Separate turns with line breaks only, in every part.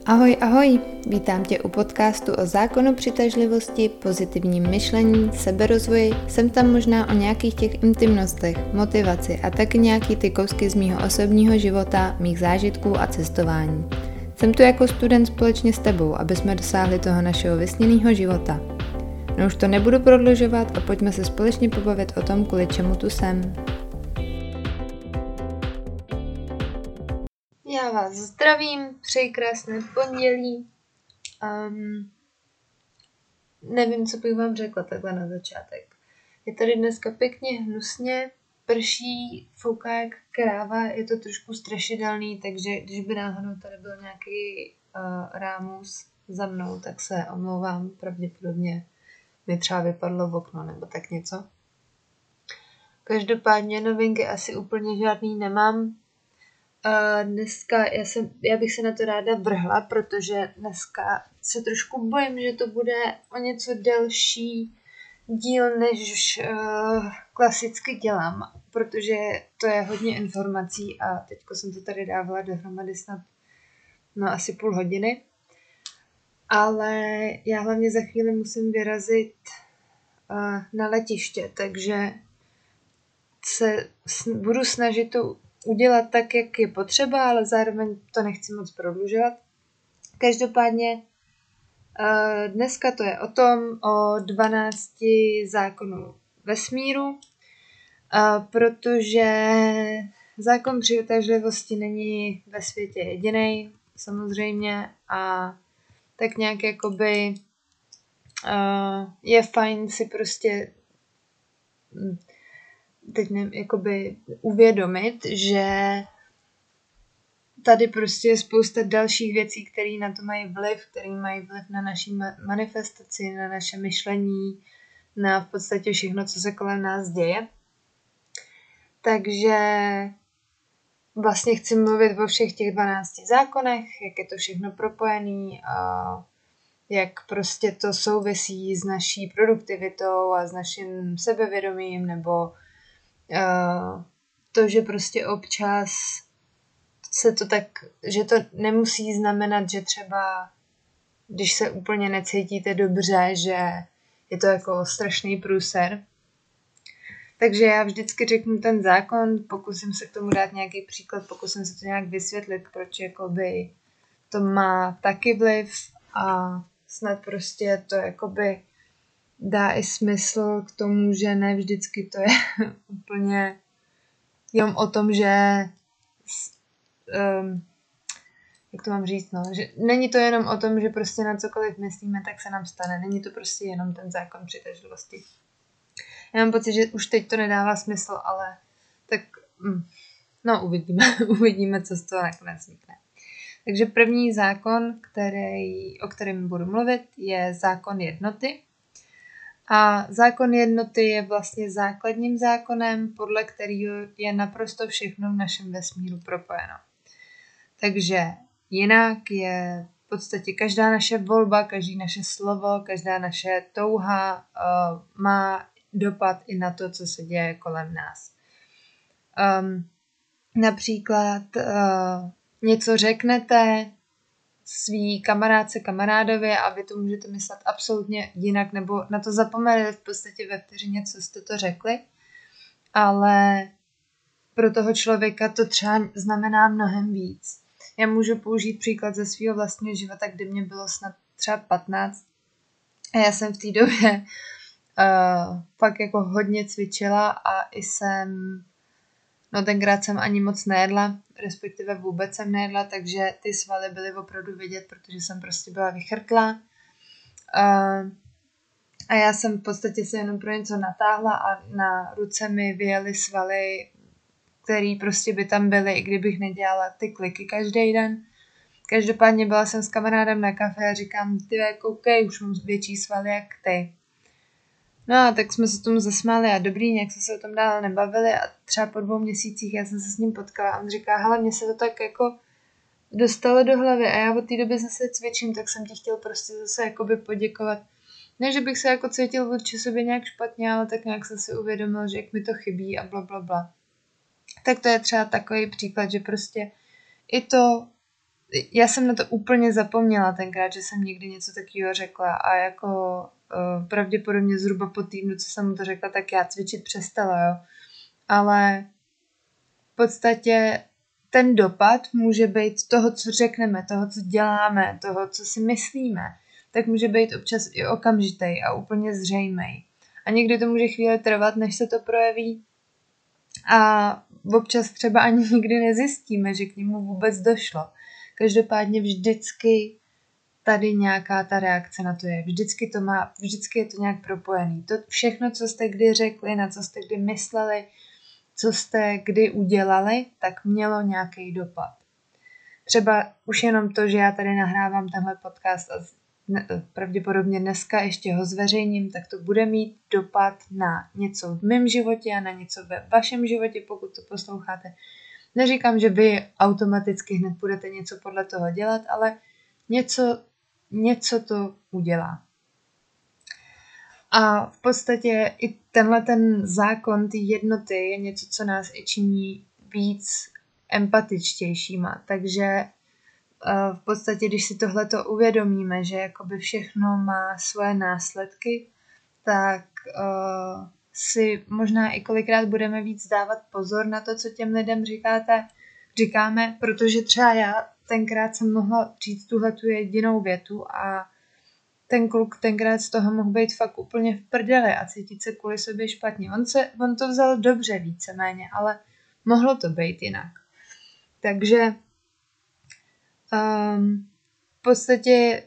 Ahoj, ahoj! Vítám tě u podcastu o zákonu přitažlivosti, pozitivním myšlení, seberozvoji, jsem tam možná o nějakých těch intimnostech, motivaci a taky nějaký ty kousky z mýho osobního života, mých zážitků a cestování. Jsem tu jako student společně s tebou, aby jsme dosáhli toho našeho vysněného života. No už to nebudu prodlužovat a pojďme se společně pobavit o tom, kvůli čemu tu jsem. Já vás zdravím, přeji krásné pondělí. Nevím, co bych vám řekla takhle na začátek. Je tady dneska pěkně hnusně, prší, fouká jak kráva, je to trošku strašidelný, takže když by náhodou tady byl nějaký rámus za mnou, tak se omlouvám, pravděpodobně mi třeba vypadlo v okno nebo tak něco. Každopádně novinky asi úplně žádný nemám. Dneska já bych se na to ráda vrhla, protože dneska se trošku bojím, že to bude o něco delší díl, než klasicky dělám, protože to je hodně informací a teďko jsem to tady dávala dohromady snad asi půl hodiny. Ale já hlavně za chvíli musím vyrazit na letiště, takže se budu snažit to udělat tak, jak je potřeba, ale zároveň to nechci moc prodlužovat. Každopádně dneska to je o 12 zákonů vesmíru, protože zákon přitažlivosti není ve světě jedinej, samozřejmě, a tak nějak jakoby je fajn si prostě teď nevím, jakoby uvědomit, že tady prostě je spousta dalších věcí, které na to mají vliv, na naší manifestaci, na naše myšlení, na v podstatě všechno, co se kolem nás děje. Takže vlastně chci mluvit o všech těch 12 zákonech, jak je to všechno propojený a jak prostě to souvisí s naší produktivitou a s naším sebevědomím, nebo to, že prostě občas se to tak, že to nemusí znamenat, že třeba když se úplně necítíte dobře, že je to jako strašný průser. Takže já vždycky řeknu ten zákon, pokusím se k tomu dát nějaký příklad, pokusím se to nějak vysvětlit, proč jakoby to má taky vliv a snad prostě to jakoby dá i smysl k tomu, že ne vždycky to je úplně jenom o tom, že jak to mám říct, no, že není to jenom o tom, že prostě na cokoliv myslíme, tak se nám stane. Není to prostě jenom ten zákon přitažlivosti. Já mám pocit, že už teď to nedává smysl, ale tak uvidíme, co z toho nakonec vznikne. Takže první zákon, o kterém budu mluvit, je zákon jednoty. A zákon jednoty je vlastně základním zákonem, podle kterého je naprosto všechno v našem vesmíru propojeno. Takže jinak je v podstatě každá naše volba, každý naše slovo, každá naše touha má dopad i na to, co se děje kolem nás. Například něco řeknete svý kamarádce, kamarádovi a vy to můžete myslet absolutně jinak, nebo na to zapomenete v podstatě ve vteřině, co jste to řekli, ale pro toho člověka to třeba znamená mnohem víc. Já můžu použít příklad ze svého vlastního života, kdy mě bylo snad třeba 15 a já jsem v té době fakt jako hodně cvičila a tenkrát jsem ani moc nejedla, respektive vůbec jsem nejedla, takže ty svaly byly opravdu vidět, protože jsem prostě byla vychrtlá. A já jsem v podstatě se jenom pro něco natáhla a na ruce mi vyjely svaly, který prostě by tam byly, i kdybych nedělala ty kliky každý den. Každopádně byla jsem s kamarádem na kafe a říkám, ty koukej, už mám větší svaly jak ty. No a tak jsme se tomu zasmáli a dobrý, nějak jsme se o tom dál nebavili a třeba po 2 měsících já jsem se s ním potkala a on říká, hele, mně se to tak jako dostalo do hlavy a já od té doby zase cvičím, tak jsem ti chtěl prostě zase jakoby poděkovat. Ne, že bych se jako cítil vůči sobě nějak špatně, ale tak nějak jsem si uvědomil, že jak mi to chybí a blablabla. Tak to je třeba takový příklad, že prostě i to já jsem na to úplně zapomněla tenkrát, že jsem někdy něco takového řekla a jako pravděpodobně zhruba po týdnu, co jsem mu to řekla, tak já cvičit přestala, jo. Ale v podstatě ten dopad může být toho, co řekneme, toho, co děláme, toho, co si myslíme, tak může být občas i okamžitý a úplně zřejmý. A někdy to může chvíli trvat, než se to projeví a občas třeba ani nikdy nezjistíme, že k němu vůbec došlo. Každopádně vždycky tady nějaká ta reakce na to je. Vždycky je to nějak propojený. To všechno, co jste kdy řekli, na co jste kdy mysleli, co jste kdy udělali, tak mělo nějaký dopad. Třeba už jenom to, že já tady nahrávám tenhle podcast a pravděpodobně dneska ještě ho zveřejním, tak to bude mít dopad na něco v mém životě a na něco ve vašem životě, pokud to posloucháte. Neříkám, že vy automaticky hned budete něco podle toho dělat, ale něco to udělá. A v podstatě i tenhle ten zákon, ty jednoty je něco, co nás i činí víc empatičtějšíma. Takže v podstatě, když si tohleto uvědomíme, že jakoby všechno má svoje následky, tak si možná i kolikrát budeme víc dávat pozor na to, co těm lidem říkáme, protože třeba já tenkrát jsem mohla říct tuhletu jedinou větu a ten kluk tenkrát z toho mohl být fakt úplně v prdeli a cítit se kvůli sobě špatně. On to vzal dobře víceméně, ale mohlo to být jinak. Takže v podstatě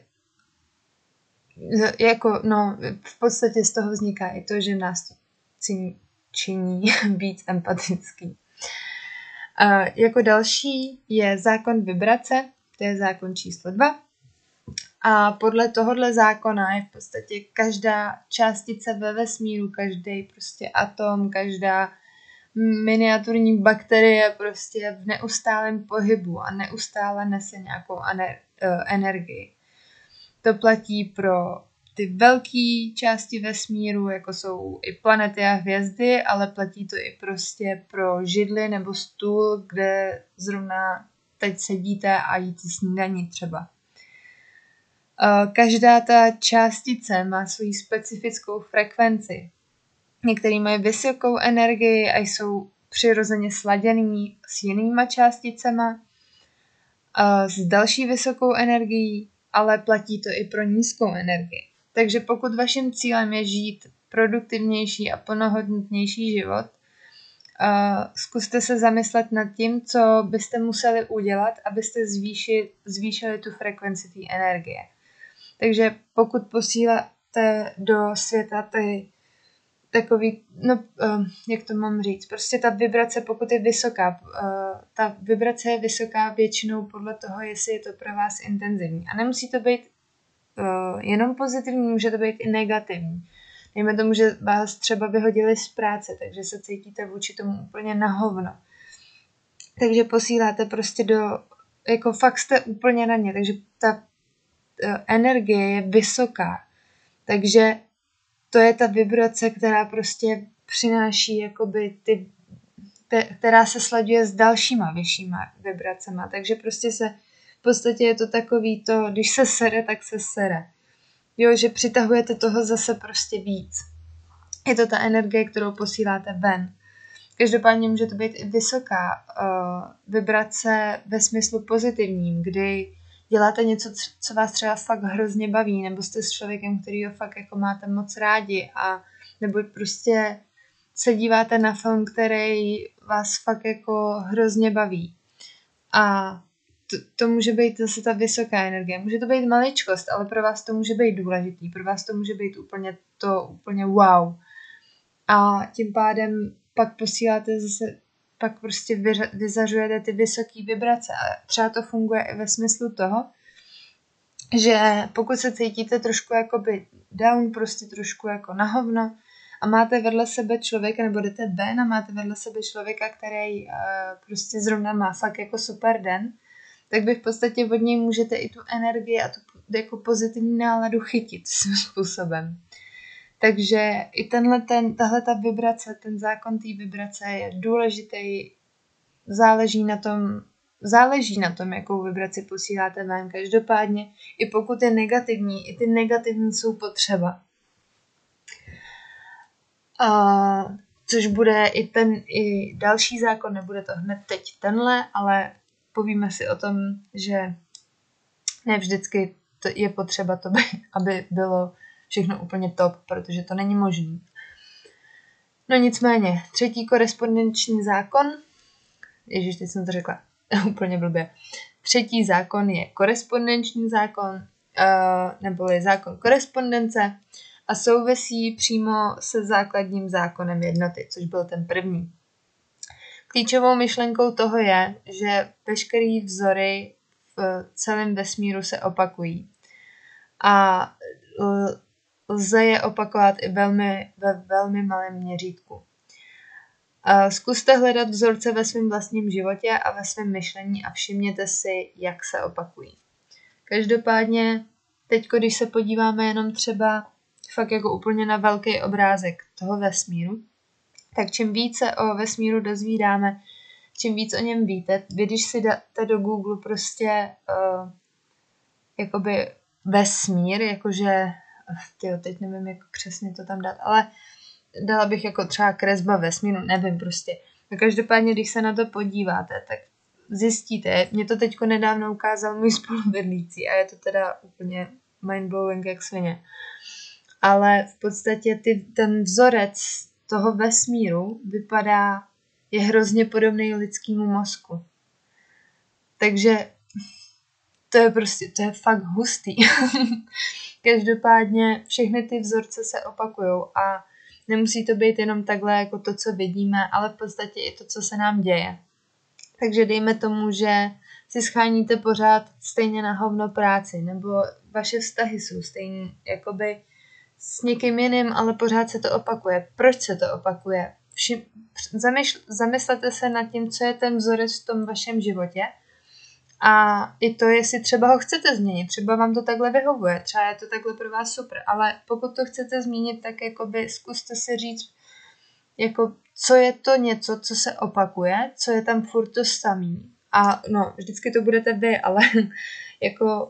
v podstatě z toho vzniká i to, že nás to činí víc empatický. Jako další je zákon vibrace, to je zákon číslo 2. A podle tohohle zákona je v podstatě každá částice ve vesmíru, každý prostě atom, každá miniaturní bakterie prostě v neustálém pohybu a neustále nese nějakou energii. To platí pro ty velké části vesmíru, jako jsou i planety a hvězdy, ale platí to i prostě pro židli nebo stůl, kde zrovna teď sedíte a jíte snídaní třeba. Každá ta částice má svoji specifickou frekvenci. Některý mají vysokou energii a jsou přirozeně sladěný s jinýma částicema, s další vysokou energií, ale platí to i pro nízkou energii. Takže pokud vaším cílem je žít produktivnější a plnohodnotnější život, zkuste se zamyslet nad tím, co byste museli udělat, abyste zvýšili tu frekvenci té energie. Takže pokud posíláte do světa ty takový, jak to mám říct, prostě ta vibrace, pokud je vysoká, ta vibrace je vysoká většinou podle toho, jestli je to pro vás intenzivní. A nemusí to být jenom pozitivní, může to být i negativní. Dejme tomu, že vás třeba vyhodili z práce, takže se cítíte vůči tomu úplně na hovno. Takže posíláte prostě jako fakt jste úplně na ně, takže ta energie je vysoká. Takže to je ta vibrace, která prostě přináší jakoby která se slaďuje s dalšíma vyššíma vibracema. Takže prostě v podstatě je to takový to, když se sere, tak se sere. Jo, že přitahujete toho zase prostě víc. Je to ta energie, kterou posíláte ven. Každopádně může to být i vysoká vibrace ve smyslu pozitivním, kdy děláte něco, co vás třeba fakt hrozně baví, nebo jste s člověkem, kterýho fakt jako máte moc rádi, a nebo prostě se díváte na film, který vás fakt jako hrozně baví. A to může být zase ta vysoká energie. Může to být maličkost, ale pro vás to může být důležitý. Pro vás to může být úplně wow. A tím pádem pak posíláte zase, pak prostě vyzařujete ty vysoké vibrace. A třeba to funguje i ve smyslu toho, že pokud se cítíte trošku jakoby down, prostě trošku jako na hovno, a máte vedle sebe člověka, nebo jdete ven a máte vedle sebe člověka, který prostě zrovna má fakt jako super den, tak vy v podstatě od něj můžete i tu energii a tu jako pozitivní náladu chytit svým způsobem. Takže i tahle ta vibrace, ten zákon té vibrace je důležitý, záleží na tom, záleží na tom, jakou vibraci posíláte ven. Každopádně, i pokud je negativní, i ty negativní jsou potřeba. Což bude i další zákon, nebude to hned teď tenhle, ale povíme si o tom, že ne vždycky to je potřeba to, aby bylo všechno úplně top, protože to není možné. No nicméně, 3. korespondenční zákon, ježiš, teď jsem to řekla úplně blbě. 3. zákon je korespondenční zákon, neboli zákon korespondence a souvisí přímo se základním zákonem jednoty, což byl ten první. Klíčovou myšlenkou toho je, že veškeré vzory v celém vesmíru se opakují. A lze je opakovat i ve velmi malém měřítku. Zkuste hledat vzorce ve svém vlastním životě a ve svém myšlení a všimněte si, jak se opakují. Každopádně, teď, když se podíváme jenom třeba fakt jako úplně na velký obrázek toho vesmíru, tak čím více o vesmíru dozvídáme, čím víc o něm víte, vy když si dáte do Google prostě jakoby vesmír, jakože, teď nevím, jak přesně to tam dát, ale dala bych jako třeba kresba vesmíru, nevím prostě. No každopádně, když se na to podíváte, tak zjistíte, mě to teďko nedávno ukázal můj spolubydlící a je to teda úplně mindblowing jak svině. Ale v podstatě ten vzorec toho vesmíru je hrozně podobný lidskému mozku. Takže to je fakt hustý. Každopádně všechny ty vzorce se opakujou a nemusí to být jenom takhle jako to, co vidíme, ale v podstatě i to, co se nám děje. Takže dejme tomu, že si scháníte pořád stejně na hovno práci, nebo vaše vztahy jsou stejné, jakoby s někým jiným, ale pořád se to opakuje. Proč se to opakuje? Zamyslete se nad tím, co je ten vzorec v tom vašem životě a i to, jestli třeba ho chcete změnit, třeba vám to takhle vyhovuje, třeba je to takhle pro vás super, ale pokud to chcete změnit, tak jakoby zkuste si říct, jako, co je to něco, co se opakuje, co je tam furt to samý. A no, vždycky to budete vy, ale jako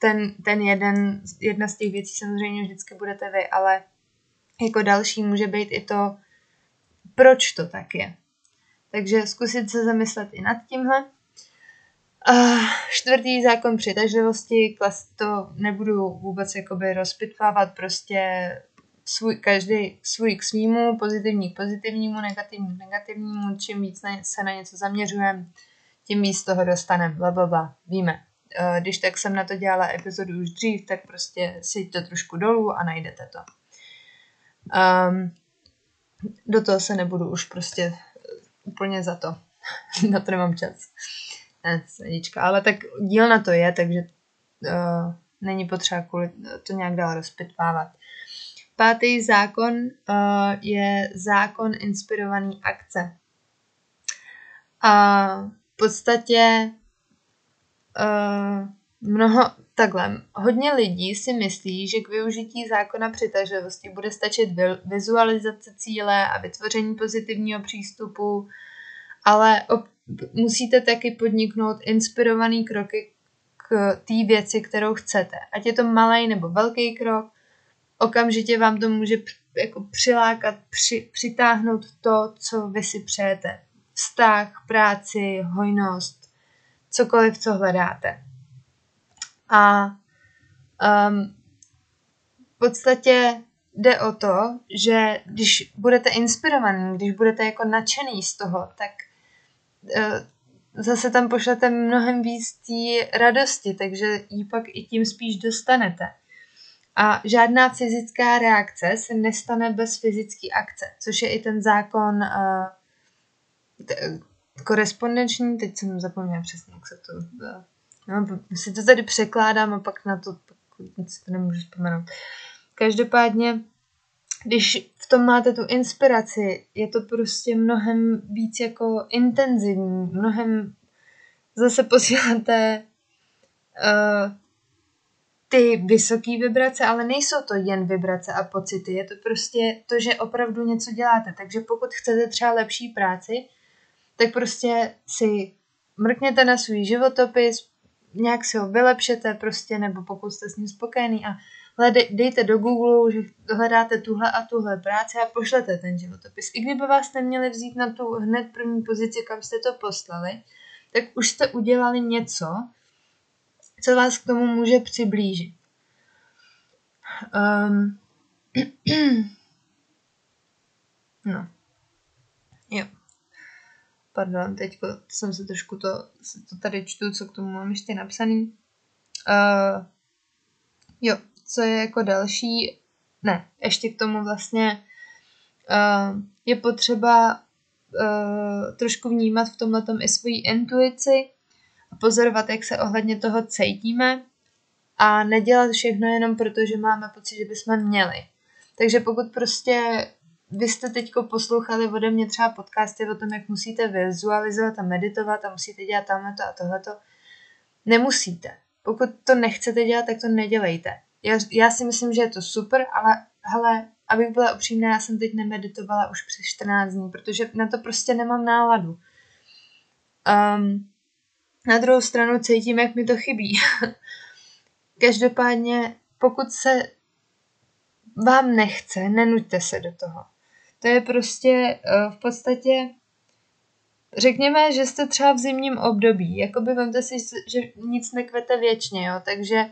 jedna z těch věcí samozřejmě vždycky budete vy, ale jako další může být i to, proč to tak je. Takže zkusit se zamyslet i nad tímhle. 4. zákon přitažlivosti, to nebudu vůbec jakoby rozpitvávat, prostě každý svůj k svýmu, pozitivní k pozitivnímu, negativní k negativnímu, čím víc se na něco zaměřujeme, tím víc toho dostaneme, blablabla, víme. Když tak jsem na to dělala epizodu už dřív, tak prostě si to trošku dolů a najdete to. Do toho se nebudu už prostě úplně za to. Na to nemám čas. Ale tak díl na to je, takže není potřeba kvůli to nějak dál rozpitvávat. 5. zákon je zákon inspirovaný akce. A v podstatě hodně lidí si myslí, že k využití zákona přitažlivosti bude stačit vizualizace cíle a vytvoření pozitivního přístupu, ale musíte taky podniknout inspirovaný kroky k té věci, kterou chcete. Ať je to malej nebo velký krok, okamžitě vám to může jako přilákat, přitáhnout to, co vy si přejete. Vztah, práci, hojnost, cokoliv, co hledáte. A v podstatě jde o to, že když budete inspirovaný, když budete jako nadšený z toho, tak zase tam pošlete mnohem víc té radosti, takže ji pak i tím spíš dostanete. A žádná fyzická reakce se nestane bez fyzické akce, což je i ten zákon korespondenční, teď jsem zapomněla přesně, jak se to... si to tady překládám a pak na to si to nemůžu vzpomenout. Každopádně, když v tom máte tu inspiraci, je to prostě mnohem víc jako intenzivní, mnohem zase posíláte ty vysoké vibrace, ale nejsou to jen vibrace a pocity, je to prostě to, že opravdu něco děláte. Takže pokud chcete třeba lepší práci, tak prostě si mrkněte na svůj životopis, nějak si ho vylepšete prostě, nebo pokud jste s ním spokojený a dejte do Google, že hledáte tuhle a tuhle práci a pošlete ten životopis. I kdyby vás neměli vzít na tu hned první pozici, kam jste to poslali, tak už jste udělali něco, co vás k tomu může přiblížit. No. Jo. Pardon, teď jsem se trošku to tady čtu, co k tomu mám ještě napsaný. Jo, co je jako další, ne, ještě k tomu vlastně je potřeba trošku vnímat v tomhletom i svoji intuici a pozorovat, jak se ohledně toho cítíme a nedělat všechno jenom proto, že máme pocit, že bychom měli. Takže pokud prostě vy jste teďko poslouchali ode mě třeba podcasty o tom, jak musíte vizualizovat a meditovat a musíte dělat tamhleto a tohleto, nemusíte. Pokud to nechcete dělat, tak to nedělejte. Já si myslím, že je to super, ale hele, abych byla upřímná, já jsem teď nemeditovala už přes 14 dní, protože na to prostě nemám náladu. Na druhou stranu cítím, jak mi to chybí. Každopádně, pokud se vám nechce, nenuďte se do toho. To je prostě v podstatě, řekněme, že jste třeba v zimním období, jakoby vemte si, že nic nekvete věčně, jo, takže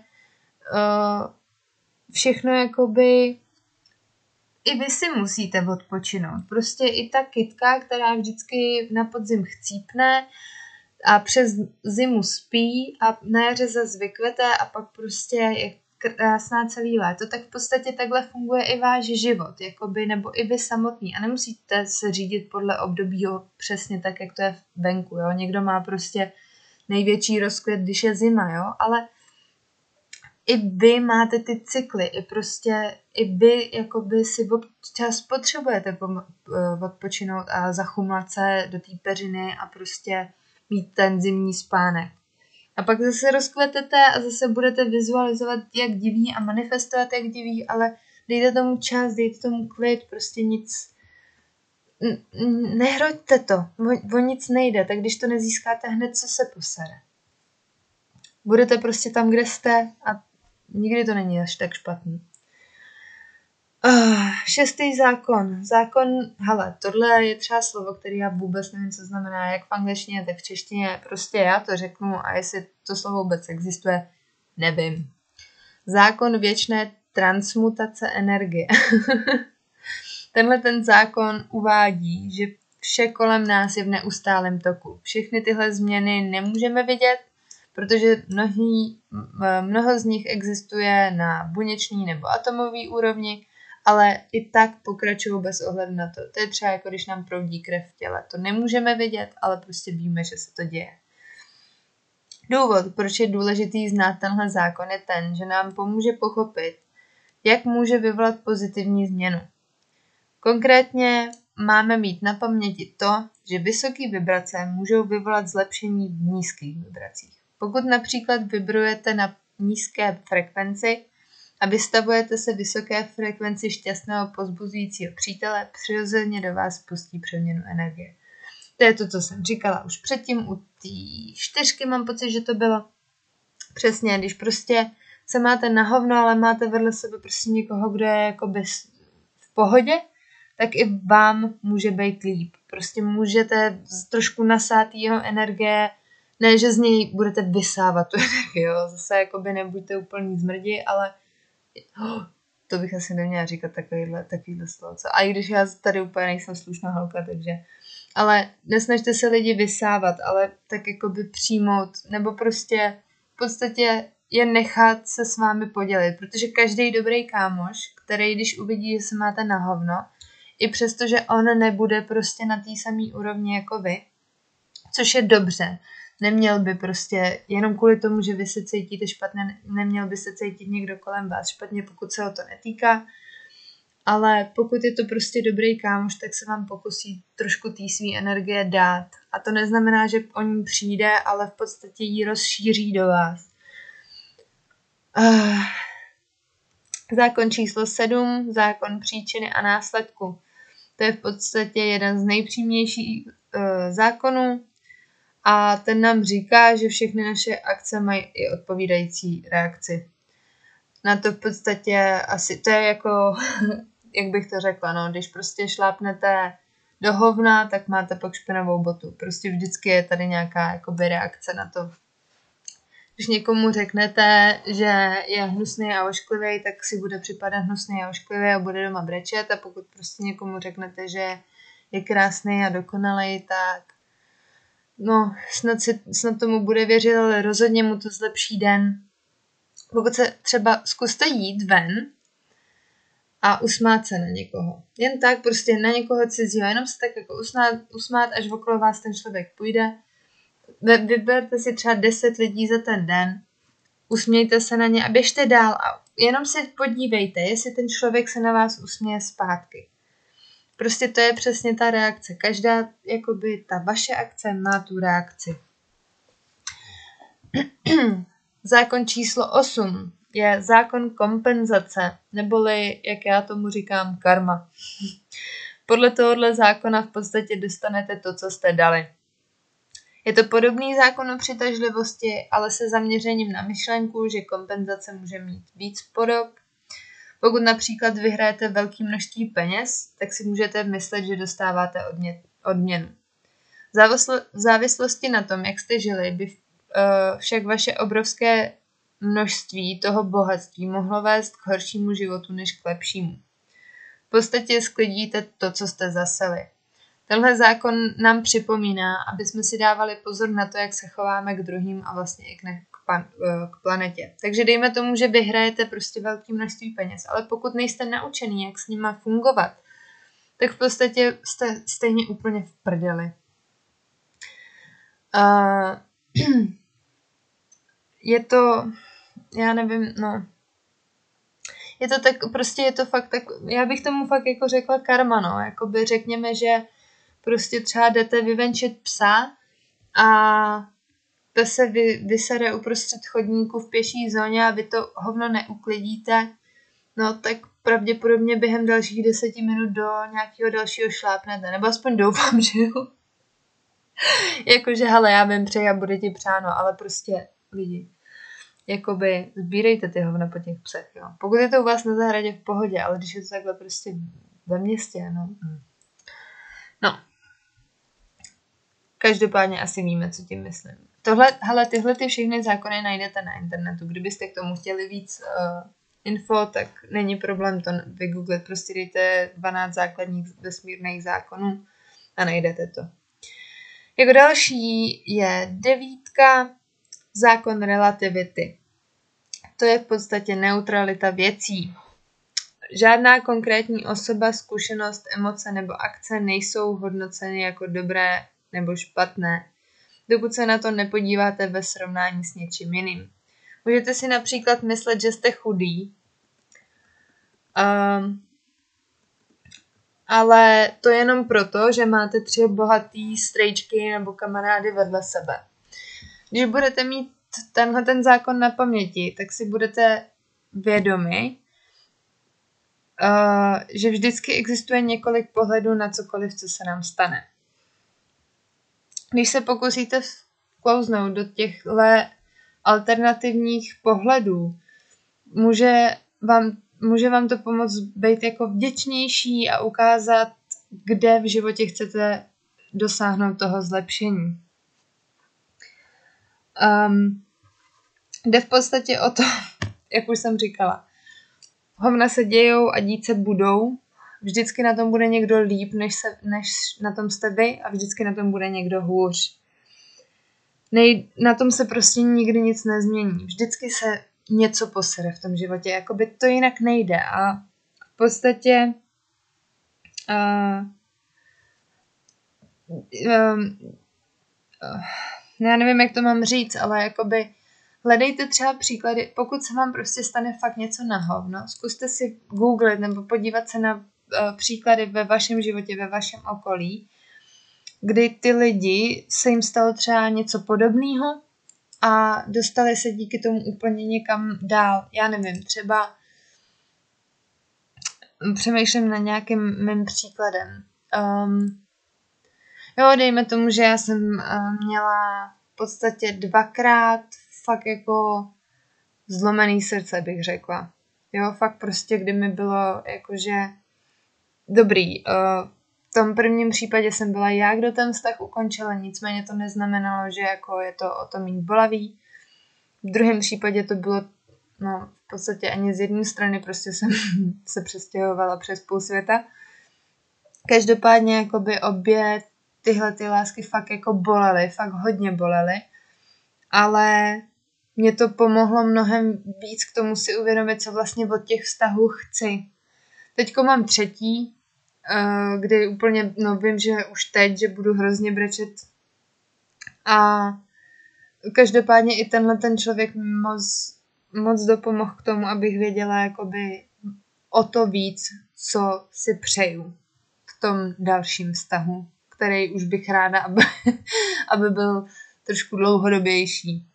všechno jakoby i vy si musíte odpočinout. Prostě i ta kytka, která vždycky na podzim chcípne a přes zimu spí a na jaře zase vykvete a pak prostě je krásná celý léto, tak v podstatě takhle funguje i váš život, jakoby, nebo i vy samotný. A nemusíte se řídit podle období přesně tak, jak to je venku, jo. Někdo má prostě největší rozkvět, když je zima, jo, ale i vy máte ty cykly, i vy jakoby si občas potřebujete odpočinout a zachumlat se do té peřiny a prostě mít ten zimní spánek. A pak zase rozkvetete a zase budete vizualizovat, jak diví a manifestovat, jak diví, ale dejte tomu čas, dejte tomu klid, prostě nic. Nehroďte to, o nic nejde, tak když to nezískáte hned, co se posere. Budete prostě tam, kde jste a nikdy to není až tak špatný. 6. zákon. Hele, tohle je třeba slovo, který já vůbec nevím, co znamená, jak v angličtině, tak v češtině. Prostě já to řeknu a jestli to slovo vůbec existuje, nevím. Zákon věčné transmutace energie. Tenhle ten zákon uvádí, že vše kolem nás je v neustálém toku. Všechny tyhle změny nemůžeme vidět, protože mnoho z nich existuje na buněční nebo atomové úrovni, ale i tak pokračují bez ohledu na to. To je třeba jako když nám proudí krev v těle. To nemůžeme vidět, ale prostě víme, že se to děje. Důvod, proč je důležitý znát tenhle zákon, je ten, že nám pomůže pochopit, jak může vyvolat pozitivní změnu. Konkrétně máme mít na paměti to, že vysoké vibrace můžou vyvolat zlepšení v nízkých vibracích. Pokud například vibrujete na nízké frekvenci a vystavujete se vysoké frekvenci šťastného pozbuzujícího přítele, přirozeně do vás pustí přeměnu energie. To je to, co jsem říkala už předtím, u té 4 mám pocit, že to bylo přesně, když prostě se máte na hovno, ale máte vedle sebe prostě někoho, kdo je jakoby v pohodě, tak i vám může být líp. Prostě můžete trošku nasát jeho energie, ne, že z něj budete vysávat tu energii, jo. Zase jakoby nebuďte úplný zmrdi, ale to bych asi neměla říkat takovýhle slovo. A i když já tady úplně nejsem slušná holka, takže ale nesnažte se lidi vysávat, ale tak jakoby přijmout, nebo prostě v podstatě je nechat se s vámi podělit, protože každý dobrý kámoš, který když uvidí, že se máte na hovno, i přesto, že on nebude prostě na té samé úrovni jako vy, což je dobře, neměl by prostě, jenom kvůli tomu, že vy se cítíte špatně, neměl by se cítit někdo kolem vás špatně, pokud se ho to netýká, ale pokud je to prostě dobrý kámoš, tak se vám pokusí trošku té svý energie dát. A to neznamená, že o ní přijde, ale v podstatě ji rozšíří do vás. Zákon číslo 7, zákon příčiny a následku. To je v podstatě jeden z nejpřímějších zákonů a ten nám říká, že všechny naše akce mají i odpovídající reakci. Na to v podstatě asi, to je jako, jak bych to řekla, no, když prostě šlápnete do hovna, tak máte pak špinavou botu. Prostě vždycky je tady nějaká jakoby reakce na to. Když někomu řeknete, že je hnusný a ošklivý, tak si bude připadat hnusný a ošklivý a bude doma brečet, a pokud prostě někomu řeknete, že je krásný a dokonalý, tak no, snad tomu bude věřit, ale rozhodně mu to zlepší den. Pokud se třeba zkuste jít ven a usmát se na někoho. Jen tak prostě na někoho cizího, jenom se tak jako usmát, až okolo vás ten člověk půjde. Vyberte si třeba 10 lidí za ten den, usmějte se na ně a běžte dál a jenom si podívejte, jestli ten člověk se na vás usměje zpátky. Prostě to je přesně ta reakce. Každá, jakoby ta vaše akce má tu reakci. Zákon číslo 8 je zákon kompenzace, neboli, jak já tomu říkám, karma. Podle tohohle zákona v podstatě dostanete to, co jste dali. Je to podobný zákonu přitažlivosti, ale se zaměřením na myšlenku, že kompenzace může mít víc podob. Pokud například vyhrajete velké množství peněz, tak si můžete myslet, že dostáváte odměnu. V závislosti na tom, jak jste žili, by však vaše obrovské množství toho bohatství mohlo vést k horšímu životu než k lepšímu. V podstatě sklidíte to, co jste zaseli. Tenhle zákon nám připomíná, aby jsme si dávali pozor na to, jak se chováme k druhým a vlastně i k planetě. Takže dejme tomu, že vyhrajete prostě velké množství peněz, ale pokud nejste naučený, jak s nima fungovat, tak v podstatě jste stejně úplně v prdeli. Je to, já nevím, no. Je to tak, prostě je to fakt tak, já bych tomu fakt jako řekla karma, no. Jakoby řekněme, že prostě třeba jdete vyvenčit psa a pes se vysere uprostřed chodníku v pěší zóně a vy to hovno neuklidíte, no tak pravděpodobně během dalších 10 minut do nějakého dalšího šlápnete, nebo aspoň doufám, že jo. Jakože, hele, já vím, přeji a bude ti přáno, ale prostě lidi, jakoby sbírejte ty hovna po těch psech, jo. Pokud je to u vás na zahradě v pohodě, ale když je to takhle prostě ve městě, no. No. Každopádně asi víme, co tím myslím. Tyhle ty všechny zákony najdete na internetu. Kdybyste k tomu chtěli víc info, tak není problém to vygooglit. Prostě dejte 12 základních vesmírných zákonů a najdete to. Jako další je 9. Zákon relativity. To je v podstatě neutralita věcí. Žádná konkrétní osoba, zkušenost, emoce nebo akce nejsou hodnoceny jako dobré nebo špatné, dokud se na to nepodíváte ve srovnání s něčím jiným. Můžete si například myslet, že jste chudý, ale to jenom proto, že máte 3 bohatý strejčky nebo kamarády vedle sebe. Když budete mít ten zákon na paměti, tak si budete vědomi, že vždycky existuje několik pohledů na cokoliv, co se nám stane. Když se pokusíte vklouznout do těchto alternativních pohledů, může vám to pomoct být jako vděčnější a ukázat, kde v životě chcete dosáhnout toho zlepšení. Jde v podstatě o to, jak už jsem říkala, hovna se dějou a dít se budou. Vždycky na tom bude někdo líp, než na tom jste vy, a vždycky na tom bude někdo hůř. Na tom se prostě nikdy nic nezmění. Vždycky se něco posere v tom životě, jakoby to jinak nejde. A v podstatě já nevím, jak to mám říct, ale jakoby hledejte třeba příklady, pokud se vám prostě stane fakt něco na hovno, zkuste si googlit nebo podívat se na příklady ve vašem životě, ve vašem okolí, kdy ty lidi se jim stalo třeba něco podobného a dostali se díky tomu úplně někam dál. Já nevím, třeba přemýšlím na nějakým mým příkladem. Jo, dejme tomu, že já jsem měla v podstatě 2krát fakt jako zlomený srdce, bych řekla. Jo, fakt prostě, kdy mi bylo jakože dobrý. V tom prvním případě jsem byla já, kdo ten vztah ukončila, nicméně to neznamenalo, že jako je to o to méně bolavý. V druhém případě to bylo, no v podstatě ani z jedné strany, prostě jsem se přestěhovala přes půl světa. Každopádně jakoby obě tyhle ty lásky fakt jako bolely, fakt hodně bolely, ale mě to pomohlo mnohem víc k tomu si uvědomit, co vlastně od těch vztahů chci. Teďko mám třetí, kdy úplně, no vím, že už teď, že budu hrozně brečet a každopádně i tenhle ten člověk mi moc dopomohl k tomu, abych věděla jakoby o to víc, co si přeju v tom dalším vztahu, který už bych ráda, aby byl trošku dlouhodobější.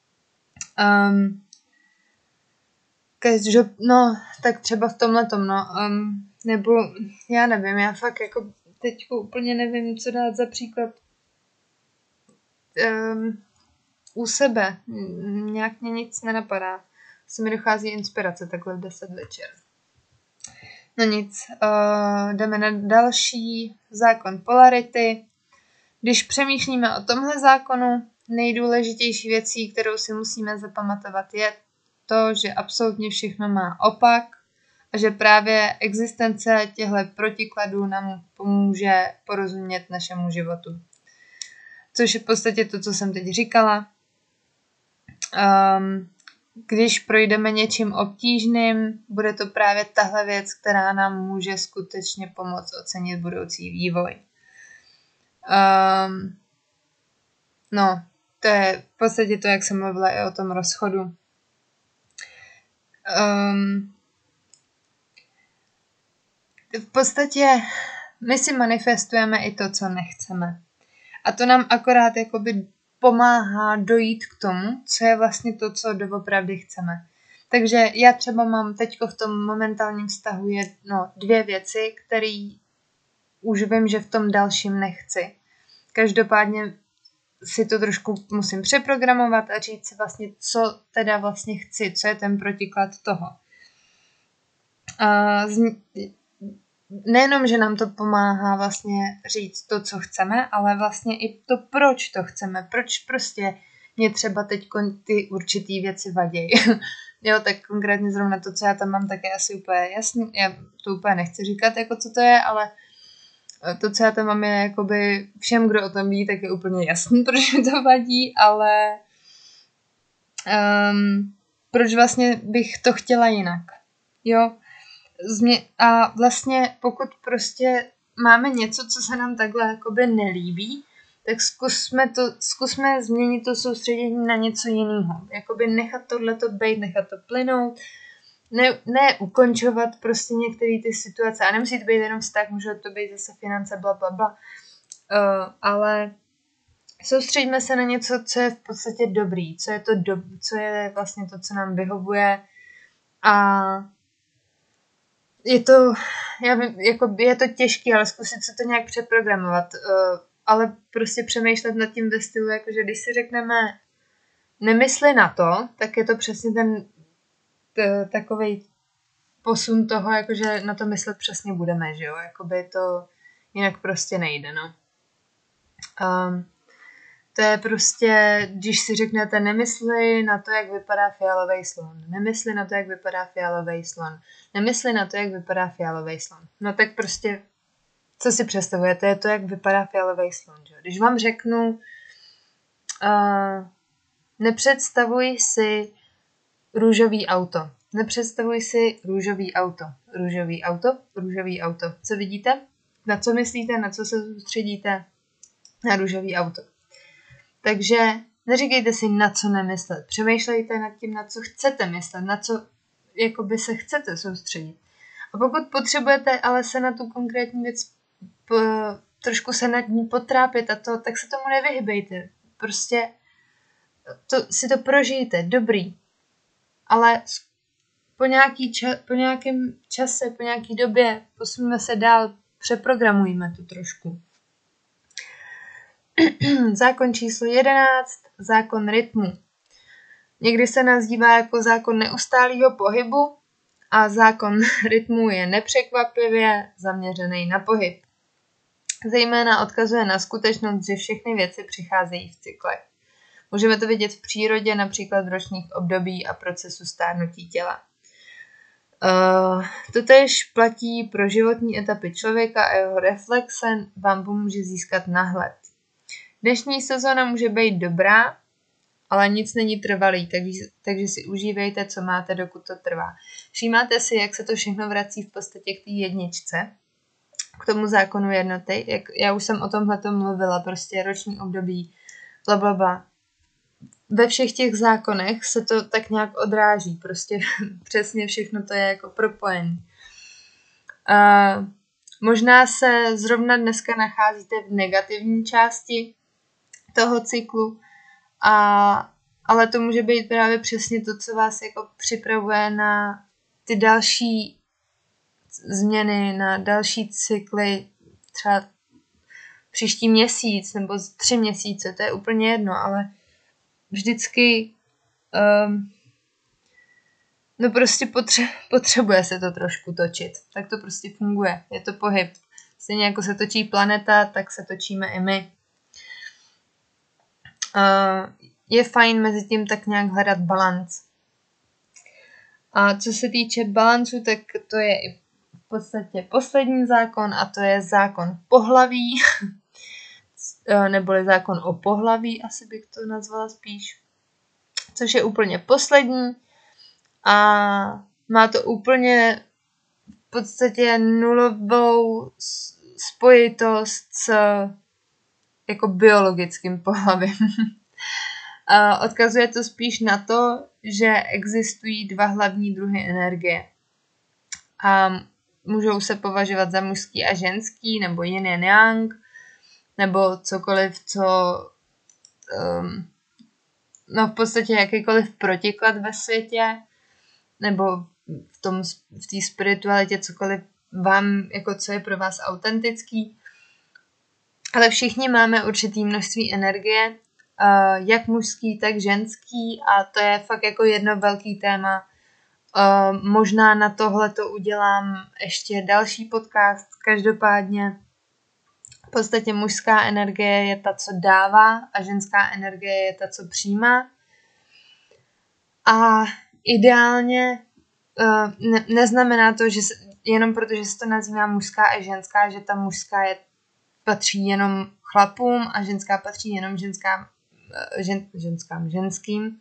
No, tak třeba v tomhletom, no, nebo já nevím, já fakt jako teď úplně nevím, co dát za příklad u sebe. Nějak mě nic nenapadá. Se mi dochází inspirace takhle v 10 večer. No nic, jdeme na další zákon polarity. Když přemýšlíme o tomhle zákonu, nejdůležitější věcí, kterou si musíme zapamatovat, je to, že absolutně všechno má opak a že právě existence těchto protikladů nám pomůže porozumět našemu životu. Což je v podstatě to, co jsem teď říkala. Když projdeme něčím obtížným, bude to právě tahle věc, která nám může skutečně pomoct ocenit budoucí vývoj. No, to je v podstatě to, jak jsem mluvila i o tom rozchodu. V podstatě my si manifestujeme i to, co nechceme. A to nám akorát jakoby pomáhá dojít k tomu, co je vlastně to, co doopravdy chceme. Takže já třeba mám teďko v tom momentálním vztahu 2 věci, které už vím, že v tom dalším nechci. Každopádně si to trošku musím přeprogramovat a říct si vlastně, co teda vlastně chci, co je ten protiklad toho. Nejenom, že nám to pomáhá vlastně říct to, co chceme, ale vlastně i to, proč to chceme. Proč prostě mě třeba teď ty určitý věci vadí. Jo, tak konkrétně zrovna to, co já tam mám, tak je asi úplně jasný. Já to úplně nechci říkat, jako co to je, ale to, co já tam mám, je jakoby všem, kdo o tom ví, tak je úplně jasný, proč mi to vadí, ale proč vlastně bych to chtěla jinak. Jo, a vlastně pokud prostě máme něco, co se nám takhle jakoby nelíbí, tak zkusme změnit to soustředění na něco jiného. Jakoby nechat tohleto bejt, nechat to plynout, ne ukončovat prostě některé ty situace. A nemusí to být jenom vztah, může to být zase finance, blablabla. Ale soustředíme se na něco, co je v podstatě dobrý, co je vlastně to, co nám vyhovuje. A je to těžké, ale zkusit se to nějak přeprogramovat. Ale prostě přemýšlet nad tím ve stylu, jakože když si řekneme nemysli na to, tak je to přesně ten takovej posun toho, jakože na to myslet přesně budeme, že jo? Jakoby to jinak prostě nejde, no. To je prostě, když si řeknete nemysli na to, jak vypadá fialový slon. Nemysli na to, jak vypadá fialový slon. Nemysli na to, jak vypadá fialový slon. No tak prostě, co si představujete, je to, jak vypadá fialový slon, že? Když vám řeknu, nepředstavuj si růžový auto. Nepředstavuj si růžový auto. Růžový auto, růžový auto. Co vidíte? Na co myslíte? Na co se soustředíte? Na růžový auto. Takže neříkejte si, na co nemyslet. Přemýšlejte nad tím, na co chcete myslet, na co jakoby se chcete soustředit. A pokud potřebujete ale se na tu konkrétní věc trošku se nad ní potrápit tak se tomu nevyhybejte. Prostě si to prožijte, dobrý. Ale po nějakém čase, po nějaké době posuneme se dál, přeprogramujme to trošku. Zákon číslo 11, zákon rytmu. Někdy se nazývá jako zákon neustálého pohybu a zákon rytmu je nepřekvapivě zaměřený na pohyb. Zejména odkazuje na skutečnost, že všechny věci přicházejí v cyklech. Můžeme to vidět v přírodě, například v ročních období a procesu stárnutí těla. Totéž platí pro životní etapy člověka a jeho reflexe vám pomůže získat náhled. Dnešní sezóna může být dobrá, ale nic není trvalý, takže si užívejte, co máte, dokud to trvá. Všímáte si, jak se to všechno vrací v podstatě k té jedničce, k tomu zákonu jednoty. Já už jsem o tomhletom mluvila, prostě roční období, blablabla. Ve všech těch zákonech se to tak nějak odráží, prostě přesně všechno to je jako propojené. Možná se zrovna dneska nacházíte v negativní části toho cyklu, ale to může být právě přesně to, co vás jako připravuje na ty další změny, na další cykly, třeba příští měsíc nebo 3 měsíce, to je úplně jedno, ale vždycky no prostě potřebuje se to trošku točit. Tak to prostě funguje. Je to pohyb. Stejně jako se točí planeta, tak se točíme i my. Je fajn mezi tím tak nějak hledat balanc. A co se týče balancu, tak to je i v podstatě poslední zákon a to je zákon pohlaví. Neboli zákon o pohlaví, asi bych to nazvala spíš. Což je úplně poslední a má to úplně v podstatě nulovou spojitost s jako biologickým pohlavím. Odkazuje to spíš na to, že existují 2 hlavní druhy energie. A můžou se považovat za mužský a ženský, nebo yin a yang, nebo cokoliv, co no v podstatě jakýkoliv protiklad ve světě, nebo v té spiritualitě cokoliv vám, jako co je pro vás autentický. Ale všichni máme určitý množství energie, jak mužský, tak ženský a to je fakt jako jedno velký téma. Možná na tohle to udělám ještě další podcast. Každopádně v podstatě mužská energie je ta, co dává a ženská energie je ta, co přijímá. A ideálně neznamená to, že jenom protože se to nazývá mužská a ženská, že ta mužská patří jenom chlapům a ženská patří jenom ženským.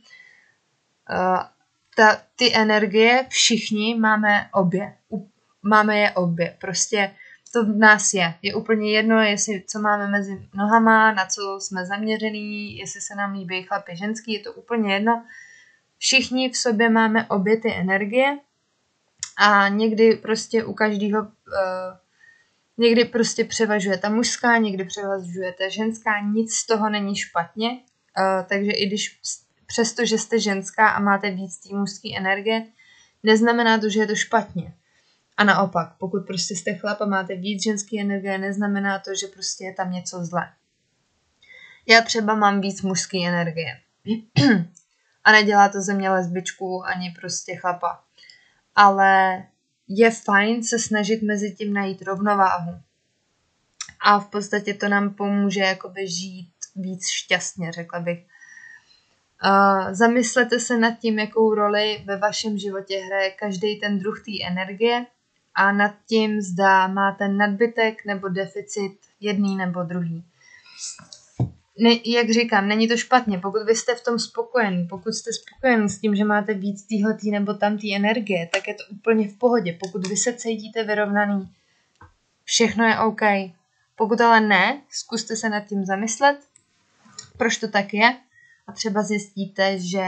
Ty energie všichni máme obě. Máme je obě. Prostě to v nás je. Je úplně jedno, co máme mezi nohama, na co jsme zaměřený, jestli se nám líbí chlapi, ženský, je to úplně jedno. Všichni v sobě máme obě ty energie a někdy prostě u každého někdy prostě převažuje ta mužská, někdy převažuje ta ženská, nic z toho není špatně, takže i když přesto, že jste ženská a máte víc té mužské energie, neznamená to, že je to špatně. A naopak, pokud prostě jste chlap a máte víc ženské energie, neznamená to, že prostě je tam něco zlé. Já třeba mám víc mužské energie. A nedělá to ze mě lesbičku ani prostě chlapa. Ale je fajn se snažit mezi tím najít rovnováhu. A v podstatě to nám pomůže jakoby žít víc šťastně, řekla bych. Zamyslete se nad tím, jakou roli ve vašem životě hraje každý ten druh té energie a nad tím, zda máte nadbytek nebo deficit jedný nebo druhý. Jak říkám, není to špatně, pokud vy jste v tom spokojení, pokud jste spokojení s tím, že máte víc téhletý nebo tamtý energie, tak je to úplně v pohodě. Pokud vy se cítíte vyrovnaný, všechno je OK. Pokud ale ne, zkuste se nad tím zamyslet, proč to tak je a třeba zjistíte, že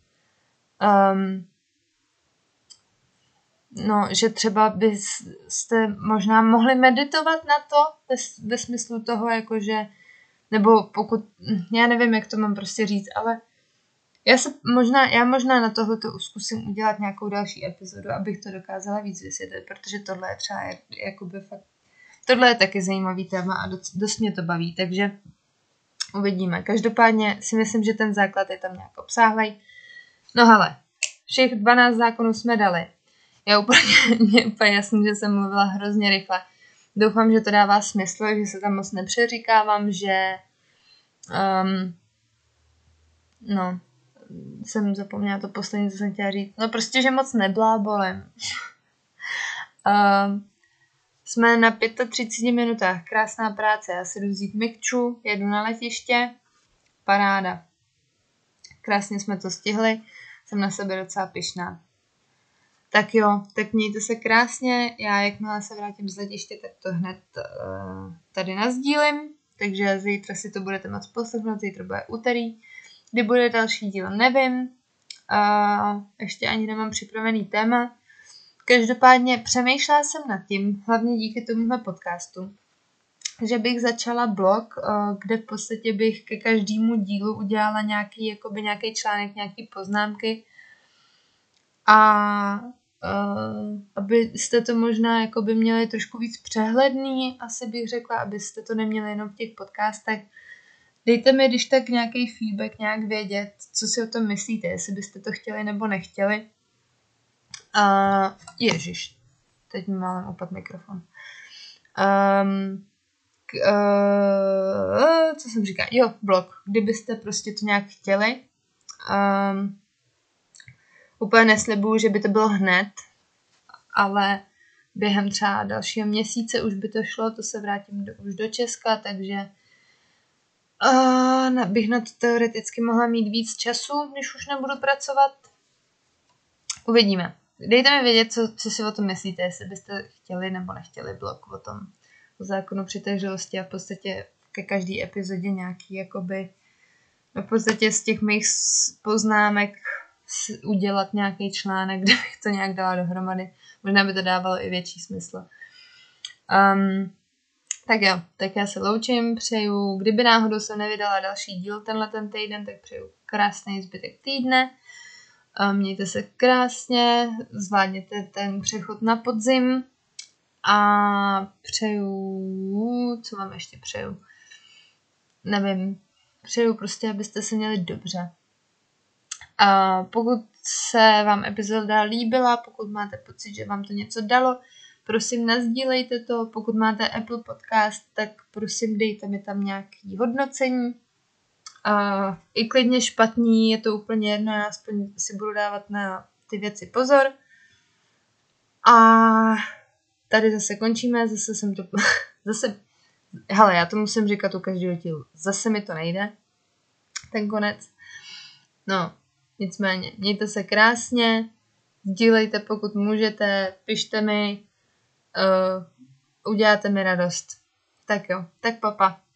že třeba byste možná mohli meditovat na to ve smyslu toho, jakože nebo pokud, já nevím, jak to mám prostě říct, ale já možná na tohleto zkusím udělat nějakou další epizodu, abych to dokázala víc vysvětlit, protože tohle je třeba jakoby fakt, tohle je taky zajímavý téma a dost mě to baví, takže Uvidíme. Každopádně si myslím, že ten základ je tam nějak obsáhlej. No hele, všech 12 zákonů jsme dali. Mně úplně jasný, že jsem mluvila hrozně rychle. Doufám, že to dává smysl, že se tam moc nepřeříkávám, že jsem zapomněla to poslední, co jsem chtěla říct. No prostě, že moc neblábolem. Jsme na 35 minutách. Krásná práce. Já si jdu vzít mikču, jedu na letiště. Paráda. Krásně jsme to stihli. Jsem na sebe docela pyšná. Tak jo, tak mějte se krásně. Já jakmile se vrátím z letiště, tak to hned tady nasdílím. Takže zítra si to budete moct poslechnout. Zítra bude úterý. Kdy bude další díl, nevím. Ještě ani nemám připravený téma. Každopádně přemýšlela jsem nad tím, hlavně díky tomuhle podcastu, že bych začala blog, kde v podstatě bych ke každému dílu udělala nějaký článek, nějaký poznámky a abyste to možná měli trošku víc přehledný, asi bych řekla, abyste to neměli jenom v těch podcastech. Dejte mi, když tak nějaký feedback, nějak vědět, co si o tom myslíte, jestli byste to chtěli nebo nechtěli. Ježiš, teď mi málem opad mikrofon. Co jsem říkala? Jo, blog. Kdybyste prostě to nějak chtěli. Úplně neslibuju, že by to bylo hned, ale během třeba dalšího měsíce už by to šlo, to se vrátím už do Česka, takže bych na to teoreticky mohla mít víc času, když už nebudu pracovat. Uvidíme. Dejte mi vědět, co si o tom myslíte, jestli byste chtěli nebo nechtěli blog o zákonu přitažlivosti a v podstatě ke každý epizodě nějaký v podstatě z těch mých poznámek udělat nějaký článek, kde bych to nějak dala dohromady. Možná by to dávalo i větší smysl. Tak jo, tak já se loučím, přeju, kdyby náhodou jsem nevydala další díl ten týden, tak přeju krásný zbytek týdne. Mějte se krásně, zvládněte ten přechod na podzim a přeju, co vám ještě přeju? Nevím, přeju prostě, abyste se měli dobře. A pokud se vám epizoda líbila, pokud máte pocit, že vám to něco dalo, prosím nasdílejte to, pokud máte Apple Podcast, tak prosím dejte mi tam nějaký hodnocení. I klidně špatný, je to úplně jedno, já aspoň si budu dávat na ty věci pozor. A tady zase končíme, hele, já to musím říkat u každého dílu, zase mi to nejde, ten konec. No, nicméně, mějte se krásně, sdílejte pokud můžete, pište mi, uděláte mi radost. Tak jo, tak papa.